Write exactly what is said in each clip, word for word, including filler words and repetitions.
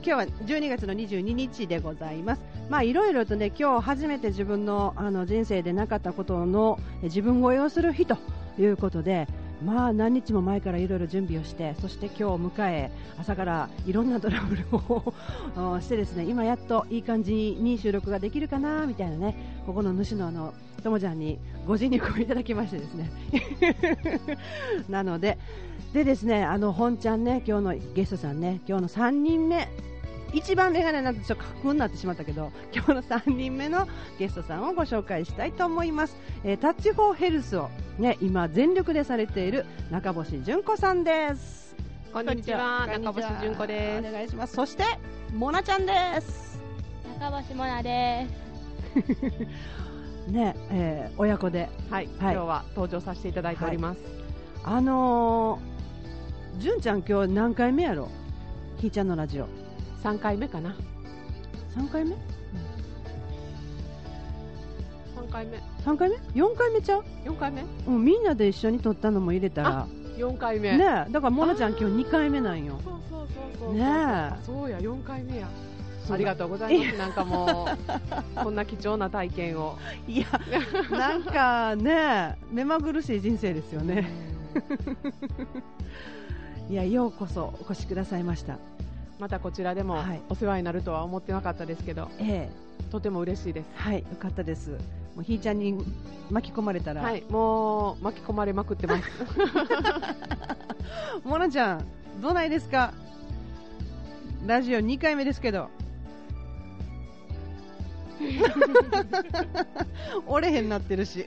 今日はじゅうにがつのにじゅうににちでございます。まあいろいろとね、今日初めて自分のあの人生でなかったことの自分超えをする日ということで、まあ何日も前からいろいろ準備をして、そして今日を迎え、朝からいろんなトラブルをしてですね、今やっといい感じに収録ができるかなみたいなね、ここの主のあのともちゃんにご尽力をいただきましてですねなのででですね、あの本ちゃんね、今日のゲストさんね、今日のさんにんめ、一番メガネになってちょっと架空になってしまったけど、今日のさんにんめのゲストさんをご紹介したいと思います。えー、タッチフォーヘルスを、ね、今全力でされている中星純子さんです。 こんにちは、中星純子です。 お願いします。そしてモナちゃんです。 中星モナですね、えー、親子で、 はい、はい、今日は登場させていただいております。 はい、あのー、純ちゃん今日何回目やろ、ひーちゃんのラジオ。 さんかいめかな。 さんかいめ、うん、 さんかいめさんかいめよんかいめちゃう。 よんかいめ、 うん、みんなで一緒に撮ったのも入れたらよんかいめね。だからモナちゃん今日にかいめなんよ。 そうそうそうそう、 ね、 そうや、よんかいめや。ありがとうございます。なんかもうこんな貴重な体験を。 いや、なんかね、目まぐるしい人生ですよねいや、ようこそお越しくださいました。 またこちらでもお世話になるとは思ってなかったですけど、 ええ、 とても嬉しいです。 はい、よかったです。もうひーちゃんに巻き込まれたら、 はい、もう巻き込まれまくってますモナちゃんどないですか。ラジオにかいめですけど折れへんなってるし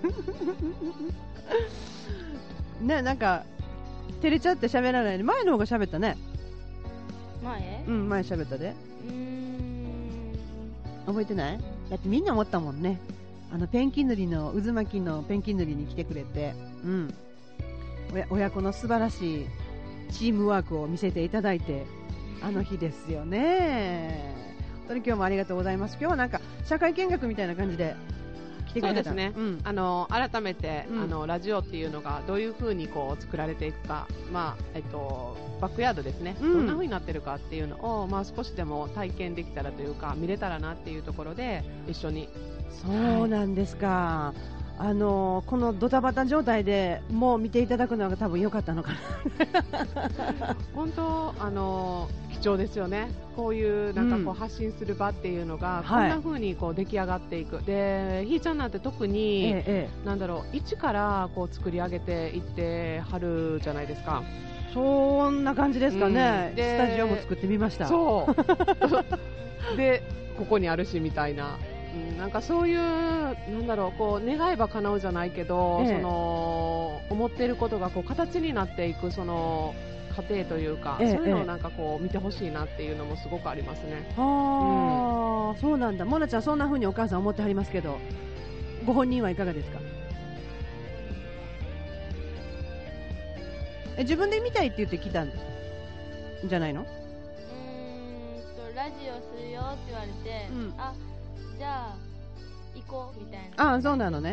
ね、なんか照れちゃって喋らないで、前の方が喋ったね。 前？ うん、前喋ったで。 うーん、 覚えてない？だってみんな思ったもんね。あのペンキ塗りの渦巻きのペンキ塗りに来てくれて、うん、親子の素晴らしいチームワークを見せていただいて、あの日ですよね。本当に今日もありがとうございます。今日はなんか社会見学みたいな感じで来てくれた。 そうですね、うん、あの改めて、 うん、 あのラジオっていうのがどういう風にこう作られていくか、まあえっと、バックヤードですね、うん、どんな風になってるかっていうのを、まあ、少しでも体験できたらというか見れたらなっていうところで一緒に。 そうなんですか、はい、あのこのドタバタ状態でもう見ていただくのが多分良かったのかな本当あの貴重ですよね。こういうなんかこう発信する場っていうのが、うん、こんな風にこう出来上がっていく、はい、でひーちゃんなんて特に、ええ、なんだろう、一からこう作り上げていってはるじゃないですか。 そんな感じですかね、うん、スタジオも作ってみました。 そうでここにあるしみたいな、うん、なんかそういうなんだろう、こう願えば叶うじゃないけど、ええ、その思っていることがこう形になっていくその過程というか、ええ、そういうのをなんかこう見てほしいなっていうのもすごくありますね。 はあ、うん、そうなんだ。モナちゃんそんな風にお母さん思ってはりますけど、ご本人はいかがですか？え、自分で見たいって言って来たんじゃないの？うーんとラジオするよって言われて、うん、あ、じゃあ行こうみたいな。あ、そうなのね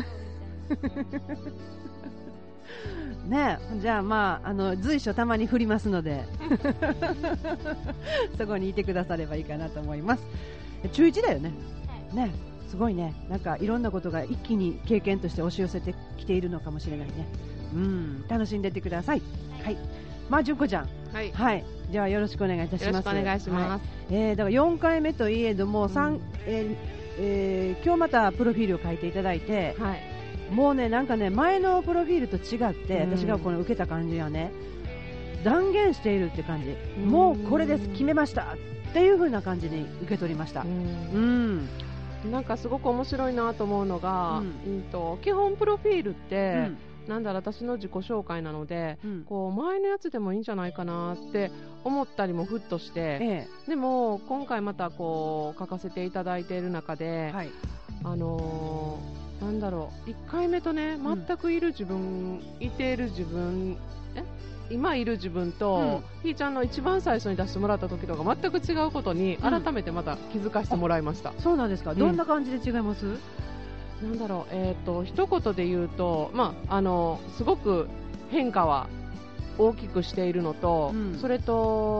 ねえ、じゃあまあ、あの随所たまに振りますのでそこにいてくださればいいかなと思います。中いちだよね、はい、ね、すごいね。なんかいろんなことが一気に経験として押し寄せてきているのかもしれないね。うん、楽しんでってください。はい、まあ純子ちゃん、 はい、 はい、ではよろしくお願いいたします。 よろしくお願いします。はい、 えー、だからよんかいめといえども、うん、えーえー、今日またプロフィールを書いていただいて、はい、もうね、なんかね、前のプロフィールと違って、うん、私がこの受けた感じはね、断言しているって感じ、うん、もうこれです、決めましたっていう風な感じに受け取りました。うん、 うん、なんかすごく面白いなと思うのが、うん、うんと基本プロフィールって、うん、なんだろう、私の自己紹介なので、うん、こう前のやつでもいいんじゃないかなって思ったりもふっとして、ええ、でも今回またこう書かせていただいている中で、はい、あのー、なんだろう、いっかいめとね、全くいる自分、うん、いている自分、え今いる自分と、うん、ひーちゃんの一番最初に出してもらった時とか全く違うことに改めてまた気づかせてもらいました。うん、 そうなんですか、うん、どんな感じで違います？ なんだろう、えーと、一言で言うと、まあ、あのすごく変化は大きくしているのと、うん、それと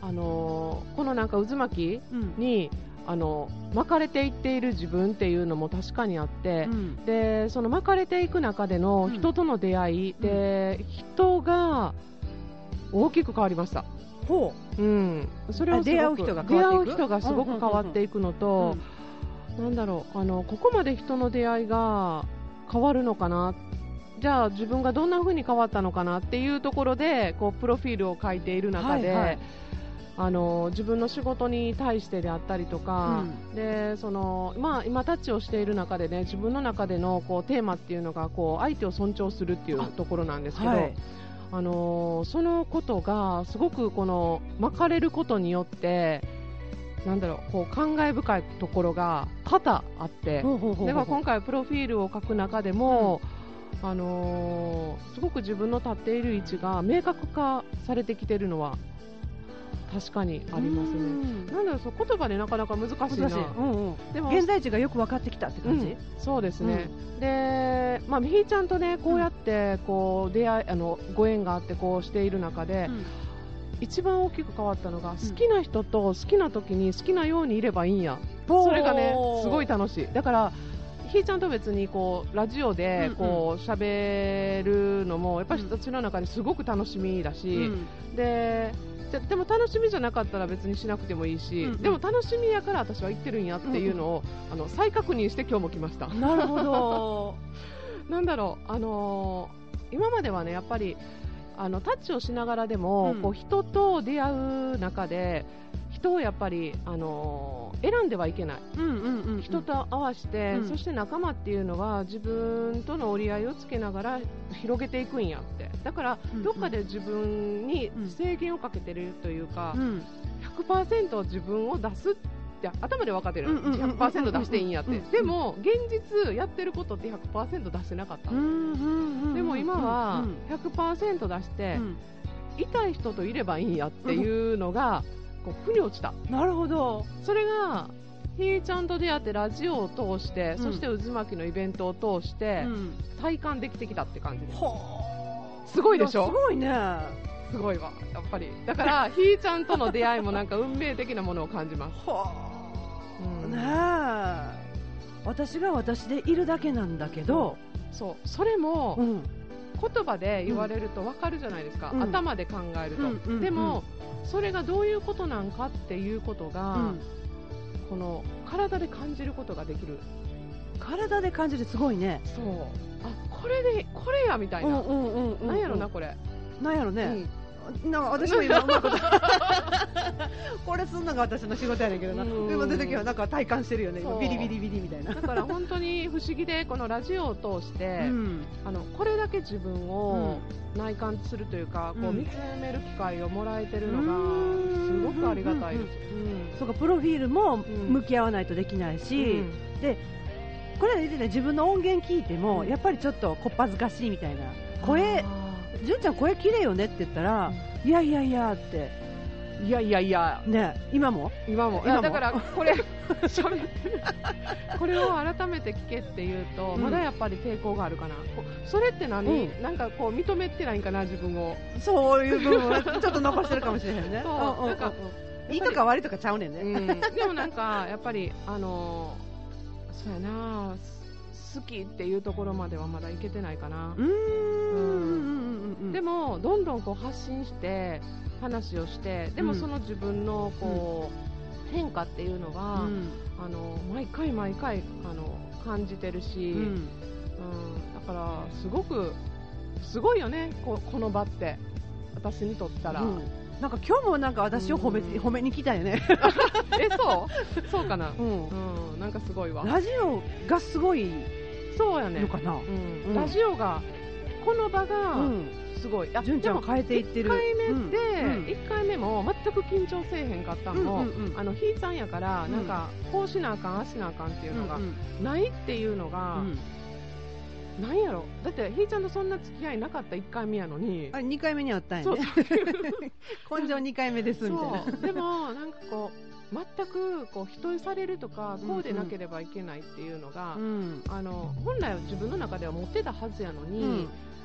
あのー、このなんか渦巻きに、うん、あの巻かれていっている自分っていうのも確かにあって、うん、でその巻かれていく中での人との出会い、うん、で人が大きく変わりました。 ほう、うん、それを出会う人が変わっていく、 出会う人がすごく変わっていくのと、うん、なんだろう、あのここまで人の出会いが変わるのかな、じゃあ自分がどんな風に変わったのかなっていうところでこうプロフィールを書いている中で、はいはい、あの自分の仕事に対してであったりとか、うん、でそのまあ、今タッチをしている中でね、自分の中でのこうテーマっていうのがこう相手を尊重するっていうところなんですけど、あ、はい、あのそのことがすごくこの巻かれることによってなんだろう、こう感慨深いところが多々あって、では今回プロフィールを書く中でも、うん、あのー、すごく自分の立っている位置が明確化されてきているのは確かにありますね。なんだろう、そう言葉でなかなか難しいな。 難しい、うんうん、でも現在地がよく分かってきたって感じ、うん、 そうですね、うん、で、まあ、みひちゃんとねこうやってこう出会いあのご縁があってこうしている中で、うん、一番大きく変わったのが、好きな人と好きな時に好きなようにいればいいんや、それがねすごい楽しい。だからひーちゃんと別にこうラジオでこう喋るのもやっぱり私の中ですごく楽しみだし、うん、ででも楽しみじゃなかったら別にしなくてもいいし、うんうん、でも楽しみやから私は言ってるんやっていうのを、うんうん、あの再確認して今日も来ました。 なるほどなんだろう、あのー、今まではねやっぱりあのタッチをしながらでも、うん、こう人と出会う中で人をやっぱり、あのー、選んではいけない、うんうんうんうん、人と合わせて、うん、そして仲間っていうのは自分との折り合いをつけながら広げていくんやって。だから、うんうん、どっかで自分に制限をかけてるというか、うん、ひゃくパーセント 自分を出すって頭で分かってる、うんうん、ひゃくパーセント 出していいんやって、うんうん、でも現実やってることって ひゃくパーセント 出してなかった、うんうんうん、でも今は ひゃくパーセント 出して、うん、痛い人といればいいんやっていうのが、うん、こう腑に落ちた。 なるほど。 それがひーちゃんと出会ってラジオを通して、うん、そして渦巻きのイベントを通して、うん、体感できてきたって感じです。すごいでしょ。 すごいね。 すごいわやっぱり。だからひーちゃんとの出会いもなんか運命的なものを感じます。はあ、うん、ねえ、私が私でいるだけなんだけど、 そう、それも、うん、言葉で言われると分かるじゃないですか、うん、頭で考えると、うんうんうん、でもそれがどういうことなんかっていうことが、うん、この体で感じることができる。 体で感じる、すごいね。 そう、あ、これでこれやみたいな、うんうんうんうん、なんやろなこれ、 なんやろね、うん、なんか私も今うまいことこれすんのが私の仕事やねんけどな、今出てきはなんか体感してるよね、今ビリビリビリみたいな。 だから本当に不思議で、このラジオを通して、うん、あのこれだけ自分を内観するというか、うん、こう見つめる機会をもらえてるのがすごくありがたいです。 そうか、プロフィールも向き合わないとできないし、うん、でこれは、ね、自分の音源聞いても、うん、やっぱりちょっとこっぱずかしいみたいな、声純ちゃん声綺麗よねって言ったら、うん、いやいやいやって、 いやいやいやね、 今も今も、いやだからこれ喋ってるこれを改めて聞けって言うと、うん、まだやっぱり抵抗があるかな。それって何、うん、なんかこう認めてないんかな、自分を。 そういう部分はちょっと残してるかもしれへんね。そう、なんかいいとか悪いとかちゃうねんね、うん、 でもなんかやっぱりあのー、そうやな、好きっていうところまではまだいけてないかな。うーん、うん、でもどんどんこう発信して話をして、でもその自分のこう、うん、変化っていうのが、うん、あの毎回毎回あの感じてるし、うんうん、だからすごくすごいよね、こ, この場って私にとったら、うん、 なんか今日もなんか私を褒め、うん、褒めに来たよねえ、そうそうかな、うんうん、なんかすごいわ。 ラジオがすごいそうやねのかな、 うんうん、ラジオがこの場がすごい、うん、 純ちゃん変えていってる。いっかいめって、うん、いっかいめも全く緊張せえへんかったのも、うんうんうん、あのひーさんやから、うん、なんかこうしなあかんあしなあかんっていうのがないっていうのが、うんうん、なんやろ、だってひーちゃんとそんな付き合いなかったいっかいめやのに、 あれにかいめにあったんやね。根性にかいめですみたいな。 そうでもなんかこう全くこう否定されるとかこうでなければいけないっていうのが、うんうん、あの本来は自分の中では持ってたはずやのに、うん、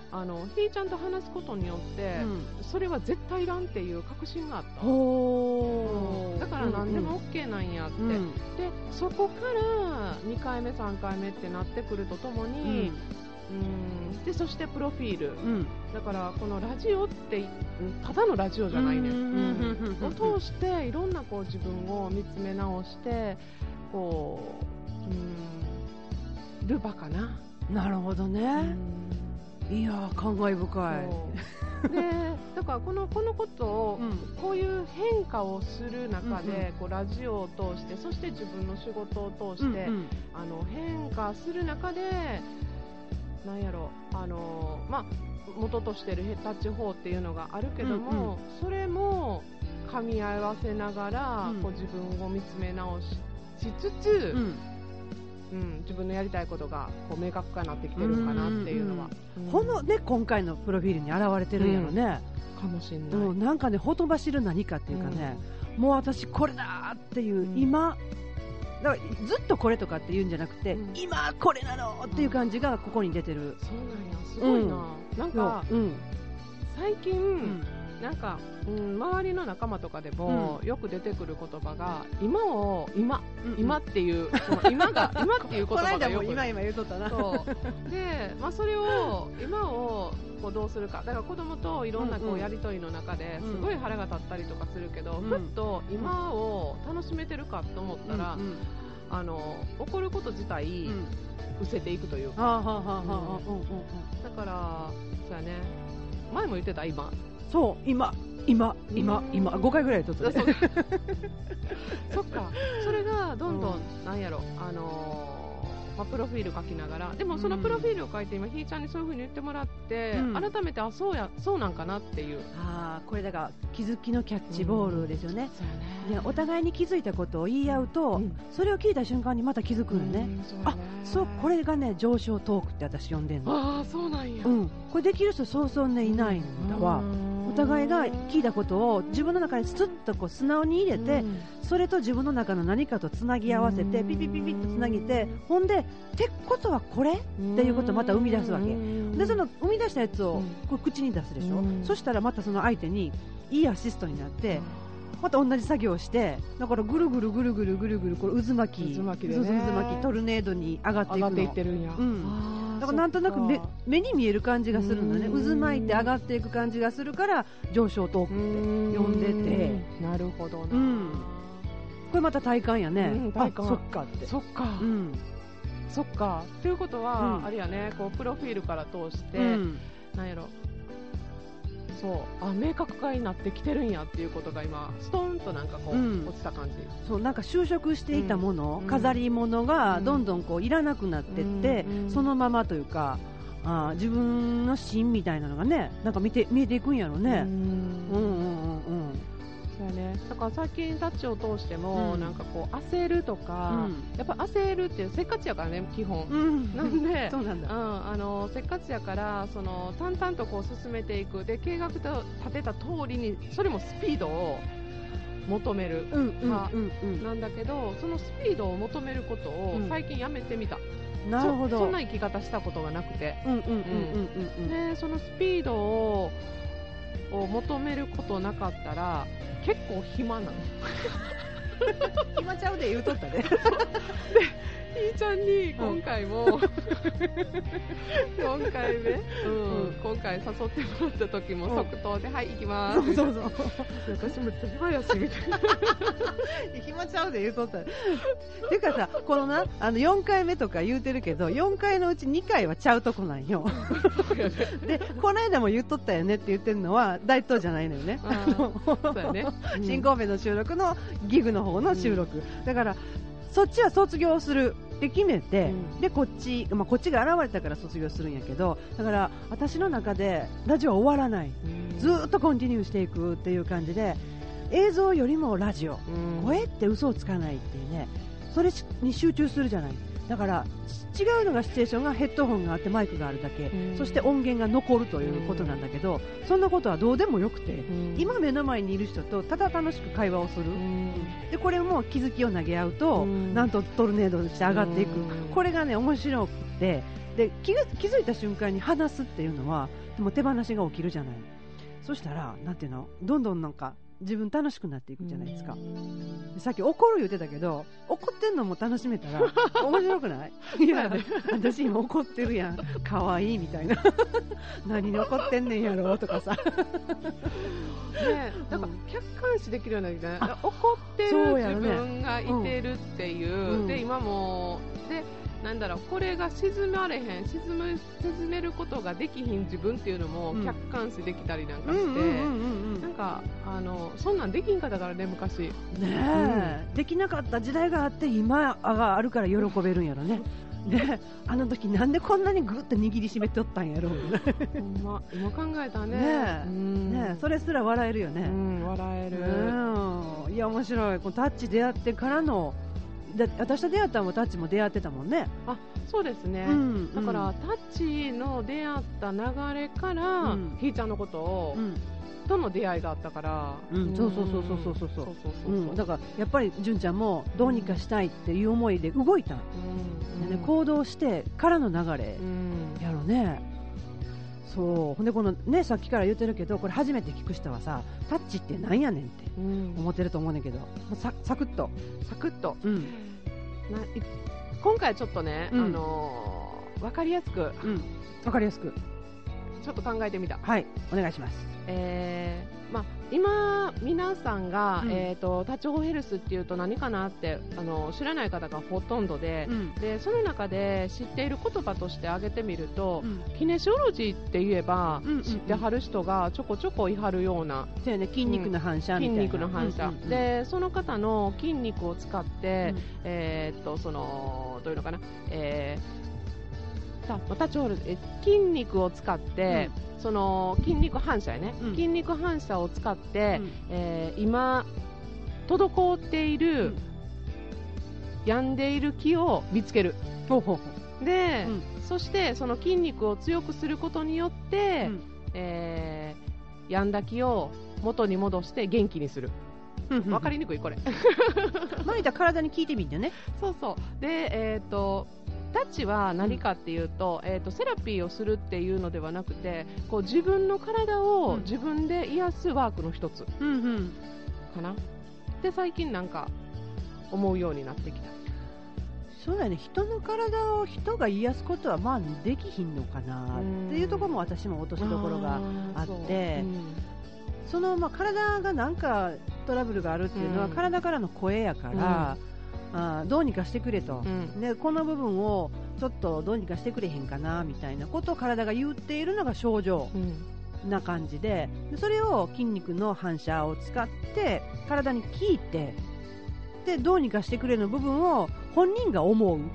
あのひーちゃんと話すことによって、うん、それは絶対いらんっていう確信があった。 ほー、だから何でも OK なんやって、うんうん、でそこからにかいめさんかいめってなってくるとともに、うんうんでそしてプロフィール、うん、だからこのラジオってただのラジオじゃないね、うん、を通していろんなこう自分を見つめ直してこう、うん、ルバかな。 なるほどね、うん、いや感慨深いでだからこの、このことを、うん、こういう変化をする中で、うんうん、こうラジオを通してそして自分の仕事を通して、うんうん、あの変化する中でなんやろあのーまあ、元としてるタッチ法っていうのがあるけども、うんうん、それも噛み合わせながら、うん、こう自分を見つめ直しつつ、うんうん、自分のやりたいことがこう明確化になってきてるかなっていうのは、 うんうん、このね今回のプロフィールに現れてるんやろね、 うん、かもしれない、 うん、なんかねほとばしる何かっていうかね、うん、もう私これだっていう、うん、今だからずっとこれとかって言うんじゃなくて、うん、今これなのっていう感じがここに出てる、うん、 そうなんやすごいな、うん、なんか、うん、最近、うん、なんか、うん、周りの仲間とかでも、うん、よく出てくる言葉が今を今、うんうん、今っていう今が今っていう言葉がよく今今言うとったなそうで、まあ、それを今をこうどうするかだから子供といろんなこうやりとりの中ですごい腹が立ったりとかするけど、うん、ふっと今を楽しめてるかと思ったら、うんうん、あの起こること自体、うん、失せていくというか、だからそうやね前も言ってた今そう今今今今ごかいぐらいとったねそっかそれがどんどん、うん、なんやろあのーまあ、プロフィール書きながらでもそのプロフィールを書いて今ひーちゃんにそういう風に言ってもらって、うん、改めてあそうやそうなんかなっていうあこれだから気づきのキャッチボールですよね、うん、ねお互いに気づいたことを言い合うと、うん、それを聞いた瞬間にまた気づくのね、うん、そうねあそうこれがね上昇トークって私呼んでんのあそうなんや、 うん、これできる人そうそうねいないんだわ、お互いが聞いたことを自分の中にスッとこう素直に入れて、うん、それと自分の中の何かとつなぎ合わせて、うん、ピピピピッとつなげてほんでってことはこれっていうことをまた生み出すわけでその生み出したやつをこう口に出すでしょ、うん、そしたらまたその相手にいいアシストになってまた同じ作業をしてだからぐるぐるぐるぐるぐるぐるこれ渦巻き渦巻きで、ね、渦巻きトルネードに上がっていくの上がっていってるんや、 うんだからなんとなく 目, 目に見える感じがするのね渦巻いて上がっていく感じがするから上昇トークって呼んでてなるほどな、うん、 これまた体感やね、うん、体感そっかってそっか、うん、そっかということは、うん、あれやねこうプロフィールから通して、うん、なんやろそうあ明確化になってきてるんやっていうことが今ストーンとなんかこう、うん、落ちた感じそうなんか就職していたもの、うん、飾り物がどんどんこういらなくなってって、うん、そのままというかあ自分の芯みたいなのがねなんか見て見えていくんやろね、うん、うんうんうんうんそうやね、だから最近タッチを通しても、うん、なんかこう焦るとか、うん、やっぱ焦るってせっかちやからね基本、うん、なんでそうなんだ、 うん、あのせっかちやからその淡々とこう進めていくで計画と立てた通りにそれもスピードを求める派なんだけどそのスピードを求めることを最近やめてみた、 うん、なるほどそ, そんな生き方したことがなくてでそのスピードをを求めることなかったら結構暇なの暇ちゃうで言うとったででひーちゃんに今回も、うん、よんかいめ、うんうん、今回誘ってもらった時も即答で、うん、はい行きますそうそうそう私も暇やしみたいな暇ちゃうで言うとったてかさこのなあのよんかいめとか言うてるけどよんかいのうちにかいはちゃうとこなんよでこの間も言っとったよねって言ってるのは大東じゃないのよねそうやね、 うん、新神戸の収録のギグの方の収録、うん、だからそっちは卒業するって決めて、うん、でこっち、まあ、こっちが現れたから卒業するんやけどだから私の中でラジオは終わらない、うん、ずっとコンティニューしていくっていう感じで映像よりもラジオ、うん、声って嘘をつかないっていうねそれに集中するじゃないだから違うのがシチュエーションがヘッドホンがあってマイクがあるだけ、うん、そして音源が残るということなんだけど、うん、そんなことはどうでもよくて、うん、今目の前にいる人とただ楽しく会話をする、うん、でこれも気づきを投げ合うと、うん、なんとトルネードして上がっていく、うん、これがね面白くてで 気, が気づいた瞬間に話すっていうのはでも手放しが起きるじゃない。そしたらなんていうのどんどんなんか自分楽しくなっていくじゃないですか。さっき怒る言ってたけど怒ってんのも楽しめたら面白くない？いや私今怒ってるやんかわいいみたいな何に怒ってんねんやろとかさね、 だから客観視できるようになるじゃない、怒ってる自分がいてるっていう、うん、で今もでなんだろうこれが沈まれへん沈め、沈めることができひん自分っていうのも客観視できたりなんかしてなんかあのそんなんできんかったからね昔ねえ、うん、できなかった時代があって今があるから喜べるんやろね。であの時なんでこんなにぐっと握りしめておったんやろうほんま今考えたね。 ねえ、うん、ねえそれすら笑えるよね、 うん、笑える、 うん、いや面白いこのタッチ出会ってからので私と出会ったのもタッチも出会ってたもんね。 あそうですね、うん、だから、うん、タッチの出会った流れから、うん、ひーちゃんのことを、うん、との出会いがあったから、 うん、そうそうそうそうそうそうそうそうだからやっぱり純ちゃんもどうにかしたいっていう思いで動いた、うんでね、行動してからの流れやろね、うん、そうほんでこのねさっきから言ってるけどこれ初めて聞く人はさタッチってなんやねんって思ってると思うねんけど、うん、サ, サクッとサクッと、うん、な今回ちょっとね、うんあのー、分かりやすく、 うん、分かりやすくちょっと考えてみた。 はいお願いします。 えーまあ、今皆さんが、うんえー、とタッチホヘルスっていうと何かなってあの知らない方がほとんど で,、うん、でその中で知っている言葉として挙げてみると、うん、キネシオロジーって言えば、うんうんうん、知ってはる人がちょこちょこいはるような、 そうやね、筋肉の反射みたいな、 筋肉の反射、うんうんうん、でその方の筋肉を使って、うんえー、とそのどういうのかな、えータッチホールえ筋肉を使って、うん、その筋肉反射やね、うん、筋肉反射を使って、うんえー、今滞っている、うん、病んでいる気を見つける。ほうほうほうで、うん、そしてその筋肉を強くすることによって、うんえー、病んだ気を元に戻して元気にする。わかりにくいこれまいた体に聞いてみてね。 そうそうでえっ、ー、とタッチは何かっていうと、うんえー、とセラピーをするっていうのではなくてこう自分の体を自分で癒すワークの一つかな、うんうん、で最近なんか思うようになってきた。 そうだね、人の体を人が癒すことはまあできひんのかなっていうところも私も落としどころがあって、そ, そのまあ体がなんかトラブルがあるっていうのは、うん、体からの声やから、うん、あどうにかしてくれと、うん、でこの部分をちょっとどうにかしてくれへんかなみたいなことを体が言っているのが症状な感じで、でそれを筋肉の反射を使って体に聞いてでどうにかしてくれの部分を本人が思う、うんうん、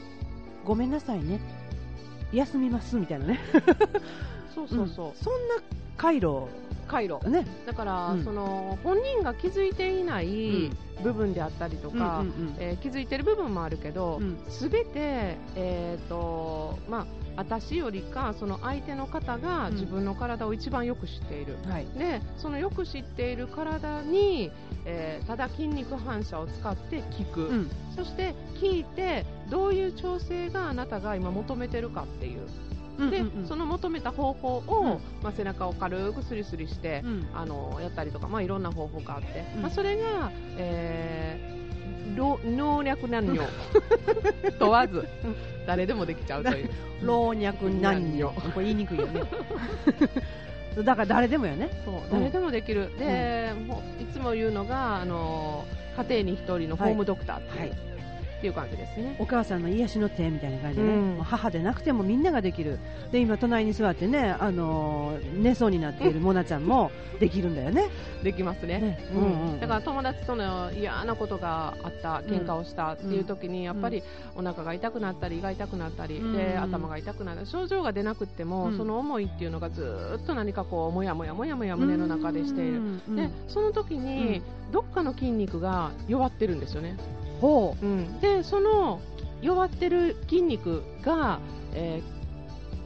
ごめんなさいね休みますみたいなねそうそうそう、 うん、そんな回路回路、ね、だから、うん、その本人が気づいていない部分であったりとか、うんうんうんえー、気づいてる部分もあるけど、す、う、べ、ん、て、えーとまあ、私よりかその相手の方が自分の体を一番よく知っている、うんはい、でそのよく知っている体に、えー、ただ筋肉反射を使って聞く、うん、そして聞いてどういう調整があなたが今求めてるかっていうで、うんうんうん、その求めた方法を、うんまあ、背中を軽くスリスリして、うん、あのやったりとか、まあ、いろんな方法があって、うんまあ、それが、えー、老若男女問わず誰でもできちゃうという老若男女これ言いにくいよねだから誰でもよね。 そう、うん、誰でもできるで、うん、いつも言うのがあの家庭に一人のホームドクターっていう、はいはいっていう感じですね。 お母さんの癒しの手みたいな感じでね、うん、母でなくてもみんなができる。で今隣に座ってね、あのー、寝そうになっているモナちゃんもできるんだよね。 できますね、ねうんうんうん、だから友達との嫌なことがあった喧嘩をしたっていう時にやっぱりお腹が痛くなったり胃が痛くなったり、うん、で頭が痛くなる症状が出なくっても、うん、その思いっていうのがずっと何かこうもやもやもやもや胸の中でしている、うんうん、でその時にどっかの筋肉が弱ってるんですよね。ほう、うん、でその弱ってる筋肉が、えー、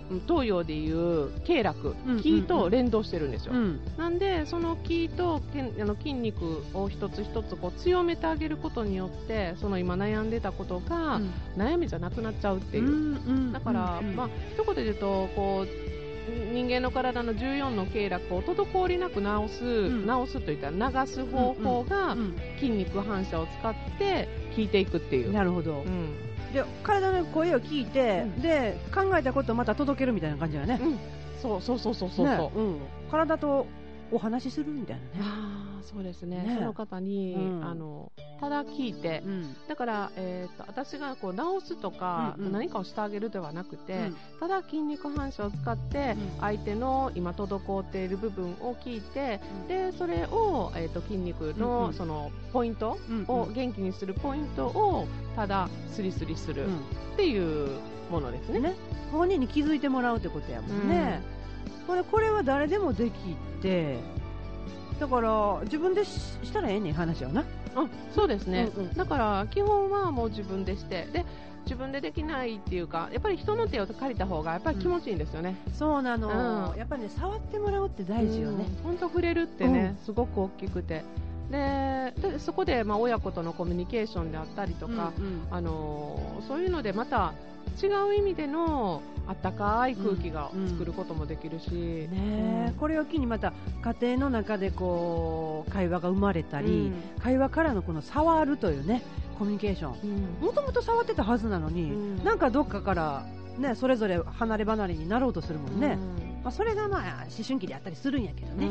東洋でいう経絡、筋と連動してるんですよ、うん、なんでその筋とあの筋肉を一つ一つこう強めてあげることによってその今悩んでたことが悩みじゃなくなっちゃうっていう、うん、だから、うん、まあ一言で言うとこう人間の体のじゅうよんの経絡を滞りなく治す、うん、治すといったら流す方法が筋肉反射を使って効いていくっていう。 なるほど、うん、で体の声を聞いて、うん、で考えたことをまた届けるみたいな感じだよね、うん、 そうそうそうそうそう、ね、 うん、体とお話しするみたいなね。 あそうです ね, ねその方に、うん、あのただ聞いて、うん、だから、えー、と私がこう治すとか、うんうん、何かをしてあげるではなくて、うん、ただ筋肉反射を使って相手の今滞っている部分を聞いて、うん、でそれを、えー、と筋肉 の,、うんうん、そのポイントを元気にするポイントをただスリスリするっていうものですね。ね本人に気づいてもらうってことやもんね、うん、これ、これは誰でもできてだから自分で し, したらええねん話はな。 あそうですね、うんうん、だから基本はもう自分でしてで自分でできないっていうかやっぱり人の手を借りた方がやっぱり気持ちいいんですよね、 うん、そうなの、うん、やっぱりね触ってもらうって大事よね。 本当、うん、触れるってね、うん、すごく大きくてででそこでまあ親子とのコミュニケーションであったりとか、うんうんあのー、そういうのでまた違う意味でのあったかい空気が作ることもできるし、うんうんねうん、これを機にまた家庭の中でこう会話が生まれたり、うん、会話からのこの触るというねコミュニケーションもともと触ってたはずなのに、うん、なんかどっかから、ね、それぞれ離れ離れになろうとするもんね、うんまあ、それがまあ思春期であったりするんやけどね、うん、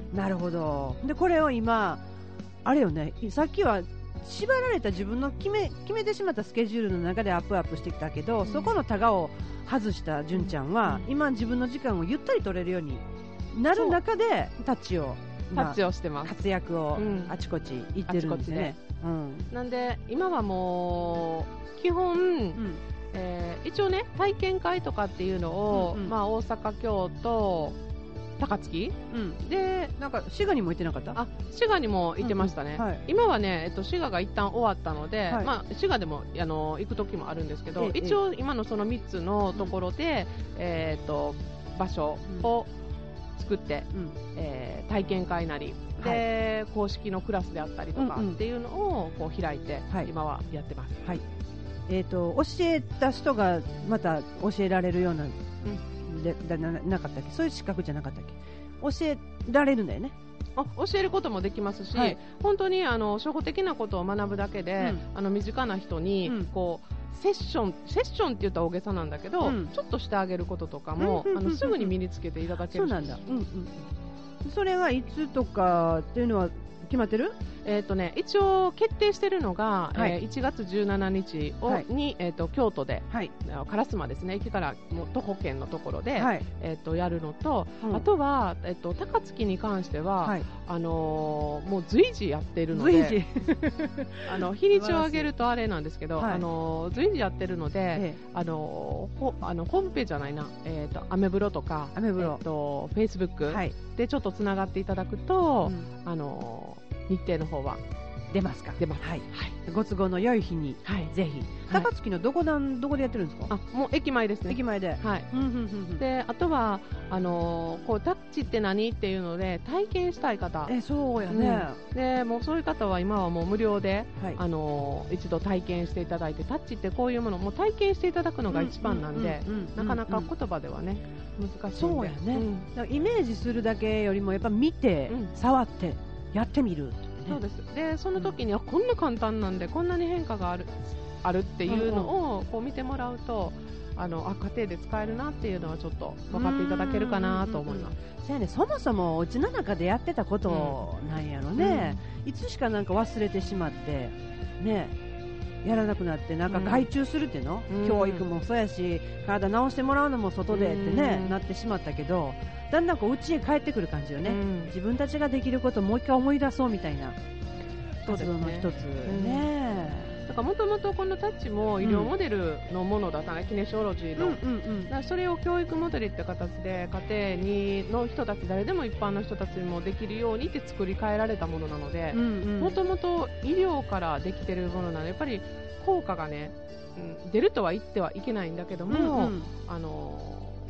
なるほど。でこれを今あれよねさっきは縛られた自分の決め、決めてしまったスケジュールの中でアップアップしてきたけど、うん、そこのタガを外した純ちゃんは、うん、今自分の時間をゆったり取れるようになる中でタッチを、 タッチをしてます。 活躍をあちこち行ってるんですね、 うん、なんで今はもう基本、うんえー、一応ね体験会とかっていうのを、うんうんまあ、大阪京都高槻、 うん、でなんか滋賀にも行ってなかった？ あ滋賀にも行ってましたね、うんうんはい、今はね、えっと、滋賀が一旦終わったので、はいまあ、滋賀でもあの行く時もあるんですけど、ええ、一応今のそのみっつのところで、うんえー、っと場所を作って、うんえー、体験会なりで、はい、公式のクラスであったりとかっていうのをこう開いて、はい、今はやってます、 はいえー、と教えた人がまた教えられるような、うんでな, なかったっけそういう資格じゃなかったっけ教えられるんだよね。 あ教えることもできますし、はい、本当にあの初歩的なことを学ぶだけで、うん、あの身近な人に、うん、こうセッションセッションって言ったら大げさなんだけど、うん、ちょっとしてあげることとかも、うん、あのすぐに身につけていただけるし。 そうなんだ、うんうん、それはいつとかっていうのは決まってる？ えーとね、一応決定しているのが、はいえー、いちがつじゅうしちにちを、はい、に、えーと、京都で、はい、烏丸ですね駅からも徒歩圏のところで、はいえーと、やるのと、うん、あとは、えーと、高槻に関しては、はいあのー、もう随時やってるので随時あの日にちを上げるとあれなんですけど、はいあのー、随時やってるので、ええあのー、ほあのホームページじゃないな、えーと、アメブロとかアメブロ、 えーと、フェイスブックでちょっとつながっていただくと、うん、あのー日程の方は出ますか？ 出ます、 はいはい、ご都合の良い日に、はい、ぜひ、はい、高槻のどこなんどこでやってるんですか？ あもう駅前ですね。 駅前で、 はい、であとはあのー、こうタッチって何っていうので体験したい方えそうやね、 うん、でもうそういう方は今はもう無料で、はいあのー、一度体験していただいてタッチってこういうものもう体験していただくのが一番なんでなかなか言葉ではね難しいんでそうやね、うん、だからイメージするだけよりもやっぱ見て、うん、触ってやってみる。 そうです。でその時にはこんな簡単なんでこんなに変化があるあるっていうのをこう見てもらうとあのあ家庭で使えるなっていうのはちょっと分かっていただけるかなと思います。 そやね、そもそもうちの中でやってたことなんやろね、うん、いつしかなんか忘れてしまってねやらなくなってなんか外注するっていうの、うん、教育もそうやし体直してもらうのも外でってね、うん、なってしまったけどだんだんこう家へ帰ってくる感じよね、うん、自分たちができることをもう一回思い出そうみたいな活動の一つね。 だからもともとこのタッチも医療モデルのものだったね、うん、キネシオロジーの、うんうんうん、だからそれを教育モデルって形で家庭にの人たち誰でも一般の人たちにもできるようにって作り変えられたものなのでもともと医療からできてるものなのでやっぱり効果がね、うん、出るとは言ってはいけないんだけども、うんうん、あの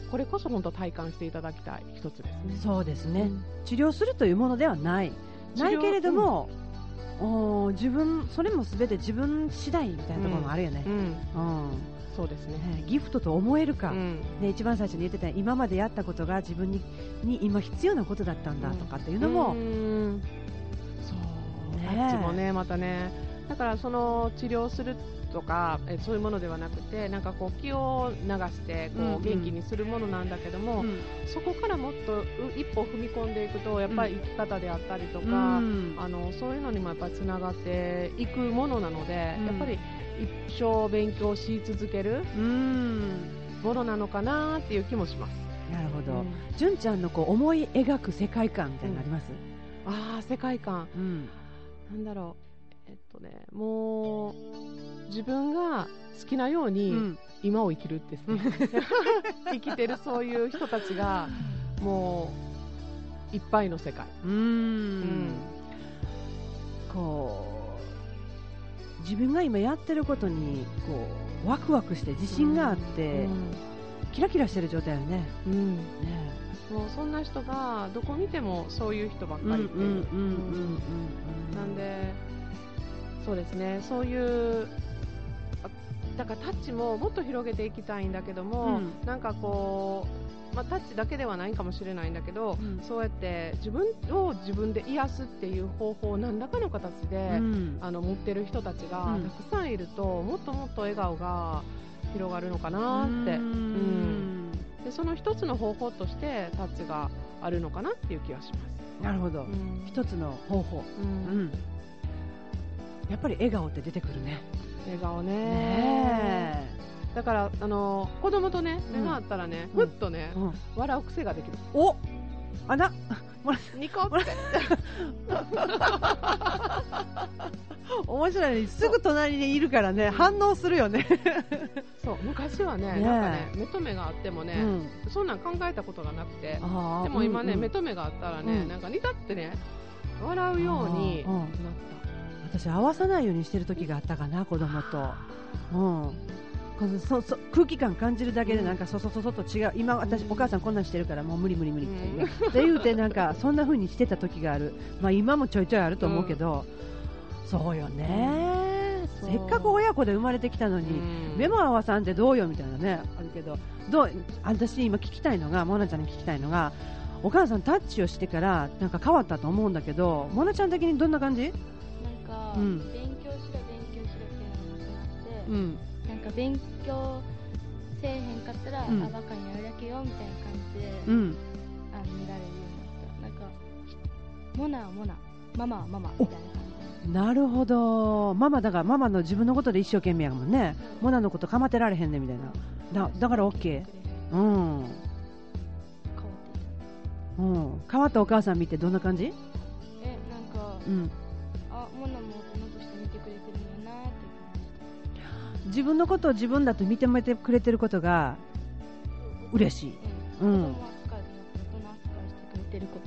これこそ本当体感していただきたい一つですね。 そうですね、うん、治療するというものではないないけれども、うん、お自分それも全て自分次第みたいなところもあるよね、うんうんうん、 そうですね、 ギフトと思えるか、うん、ね、一番最初に言ってた今までやったことが自分 に, に今必要なことだったんだとかっていうのも、うん、 そうね、タッチもねまたね、だからその治療するとかえそういうものではなくて、なんかこう気を流してこう元気にするものなんだけども、うんうん、そこからもっと一歩踏み込んでいくとやっぱり生き方であったりとか、うん、あのそういうのにもやっぱりつながっていくものなので、うん、やっぱり一生勉強し続けるものなのかなっていう気もします。 なるほど、うん、純ちゃんのこう思い描く世界観みたいなのあります？ うん、ああ世界観、うん、なんだろう、えっとね、もう自分が好きなように今を生きるですね、うん、生きてるそういう人たちがもういっぱいの世界。うーん、うん、 こう自分が今やってることにこうワクワクして自信があって、うんうん、キラキラしてる状態よね。うん、ね、 もうそんな人がどこ見てもそういう人ばっかりっていう。なんでそうですね、そういうだからタッチももっと広げていきたいんだけども、うん、なんかこう、まあ、タッチだけではないかもしれないんだけど、うん、そうやって自分を自分で癒すっていう方法を何らかの形で、うん、あの持ってる人たちがたくさんいると、もっともっと笑顔が広がるのかなって、うんうん、でその一つの方法としてタッチがあるのかなっていう気がします。 なるほど、うん、一つの方法、うんうん、やっぱり笑顔って出てくるね。 笑顔 ね, ねだからあの子供とね目が合ったらね、うん、ふっとね、うん、笑う癖ができる。 おあなニコって面白いね、すぐ隣にいるからね、うん、反応するよねそう昔は ね, ねなんかね目と目があってもね、うん、そんなん考えたことがなくて、でも今ね、うんうん、目と目があったらね、うん、なんか似たってね笑うようになった。 私合わさないようにしてる時があったかな、子供と、うん、このそそ空気感感じるだけでなんかそそそそと違う、今私、うん、お母さんこんなんしてるからもう無理無理無理って、ね、うん、って言うてなんかそんな風にしてた時がある、まあ、今もちょいちょいあると思うけど、うん、そうよね、うん、せっかく親子で生まれてきたのに、うん、目も合わさんでどうよみたいなねあるけど、どう私今聞きたいのが、モナちゃんに聞きたいのが、お母さんタッチをしてからなんか変わったと思うんだけど、モナちゃん的にどんな感じ？ うん、勉強しろ勉強しろっていうのがなくなって、うん、なんか勉強せえへんかったら、うん、あバカにやるだけよみたいな感じで、うん、あの見られるようになった。なんかモナはモナ、ママはママみたいな感じ。 なるほど、ママだからママの自分のことで一生懸命やもんね、うん、モナのこと構ってられへんねみたいな、だ, だから OK、うん、変わっていた、うん、変わったお母さん見てどんな感じ？ えなんか、うん、あモナも自分のことを自分だと認めてくれてることが嬉しい。うん。子供扱いしてくれてること。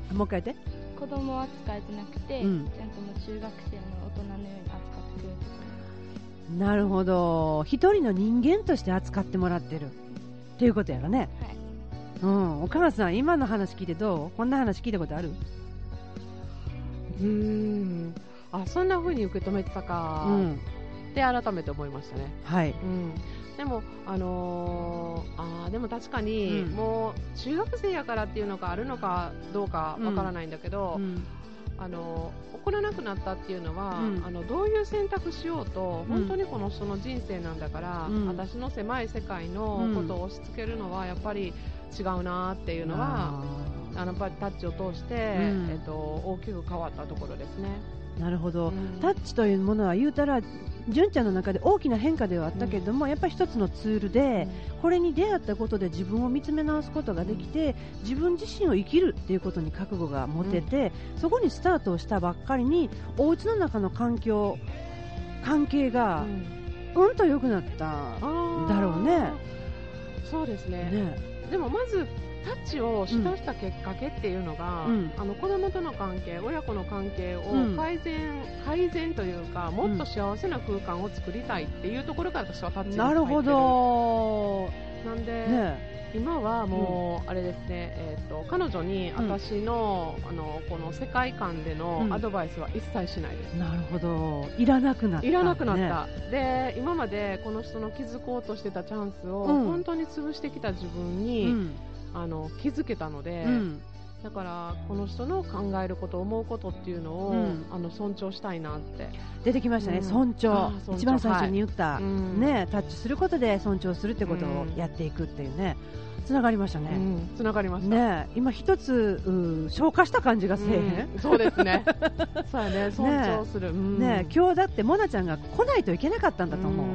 もう一回言って。 子供扱いじゃなくて、うん、ちゃんともう中学生の大人のように扱ってくれてる。 なるほど。一人の人間として扱ってもらってるっていうことやろね。はい。うん。お母さん今の話聞いてどう？こんな話聞いたことある？ うーん。あ、そんな風に受け止めてたか。うん。で改めて思いましたね。はい、うん、でも、あのー、あでも確かに、うん、もう中学生やからっていうのがあるのかどうかわからないんだけど、うんうん、あの怒らなくなったっていうのは、うん、あのどういう選択しようと、うん、本当にこの人の人生なんだから、うん、私の狭い世界のことを押し付けるのはやっぱり違うなっていうのは、あのタッチを通して、えっと、大きく変わったところですね。 なるほど、うん、タッチというものは言うたら純ちゃんの中で大きな変化ではあったけれども、うん、やっぱり一つのツールで、うん、これに出会ったことで自分を見つめ直すことができて、自分自身を生きるっていうことに覚悟が持てて、うん、そこにスタートをしたばっかりにお家の中の環境関係がうんと良くなったんだろうね。 そうですね。ね、でもまずタッチをしだしたきっかけっていうのが、うん、あの子供との関係、親子の関係を改善、うん、改善というか、もっと幸せな空間を作りたいっていうところから私はタッチに入ってる。なるほど。なんで、ね、 今はもう、あれですね、えー、と彼女に私の、うん、あのこの世界観でのアドバイスは一切しないです、うん、 なるほど、いらなくなった、ね、 いらなくなった。で、今までこの人の気づこうとしてたチャンスを、うん、本当に潰してきた自分に、うん、あの気づけたので、うん、だからこの人の考えること思うことっていうのを、うん、あの尊重したいなって出てきましたね、うん、尊重、尊重一番最初に言った、はい、ね、タッチすることで尊重するってことをやっていくっていうね、つながりましたね、うん、 つながりましたね。今一つ、うん、消化した感じがせえへん、 うん、そうですねそうやね、尊重する、ね、うん、 ね、今日だってモナちゃんが来ないといけなかったんだと思う、うん、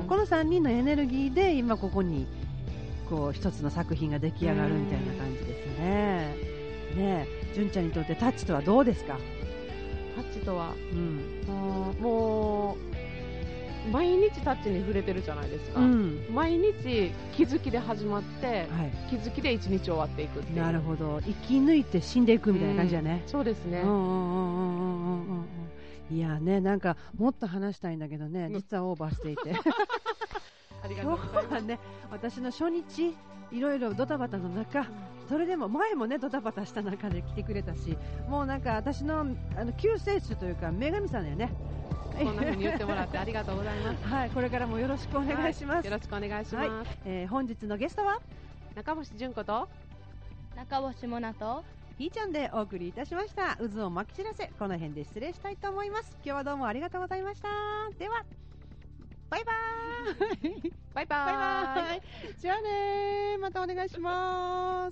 このさんにんのエネルギーで今ここにこう一つの作品が出来上がるみたいな感じですね。ねえ、純ちゃんにとってタッチとはどうですか？ タッチとは、うん、もう、もう毎日タッチに触れてるじゃないですか、うん、毎日気づきで始まって、はい、気づきで一日終わっていくっていう。 なるほど、生き抜いて死んでいくみたいな感じだね、 うん、そうですね。 いやね、なんかもっと話したいんだけどね、実はオーバーしていてありがとうございます。今日はね、私の初日いろいろドタバタの中、うん、それでも前もねドタバタした中で来てくれたし、もうなんか私のあの救世主というか女神さんだよね。 そんな風に言ってもらってありがとうございます。 はい、これからもよろしくお願いします。はい、 よろしくお願いします。はい、 えー、本日のゲストは中星純子と中星もなとひーちゃんでお送りいたしました。渦を巻き散らせ、この辺で失礼したいと思います。今日はどうもありがとうございました。ではバイバーイバイバーイバイバーイ。じゃあねー、またお願いします。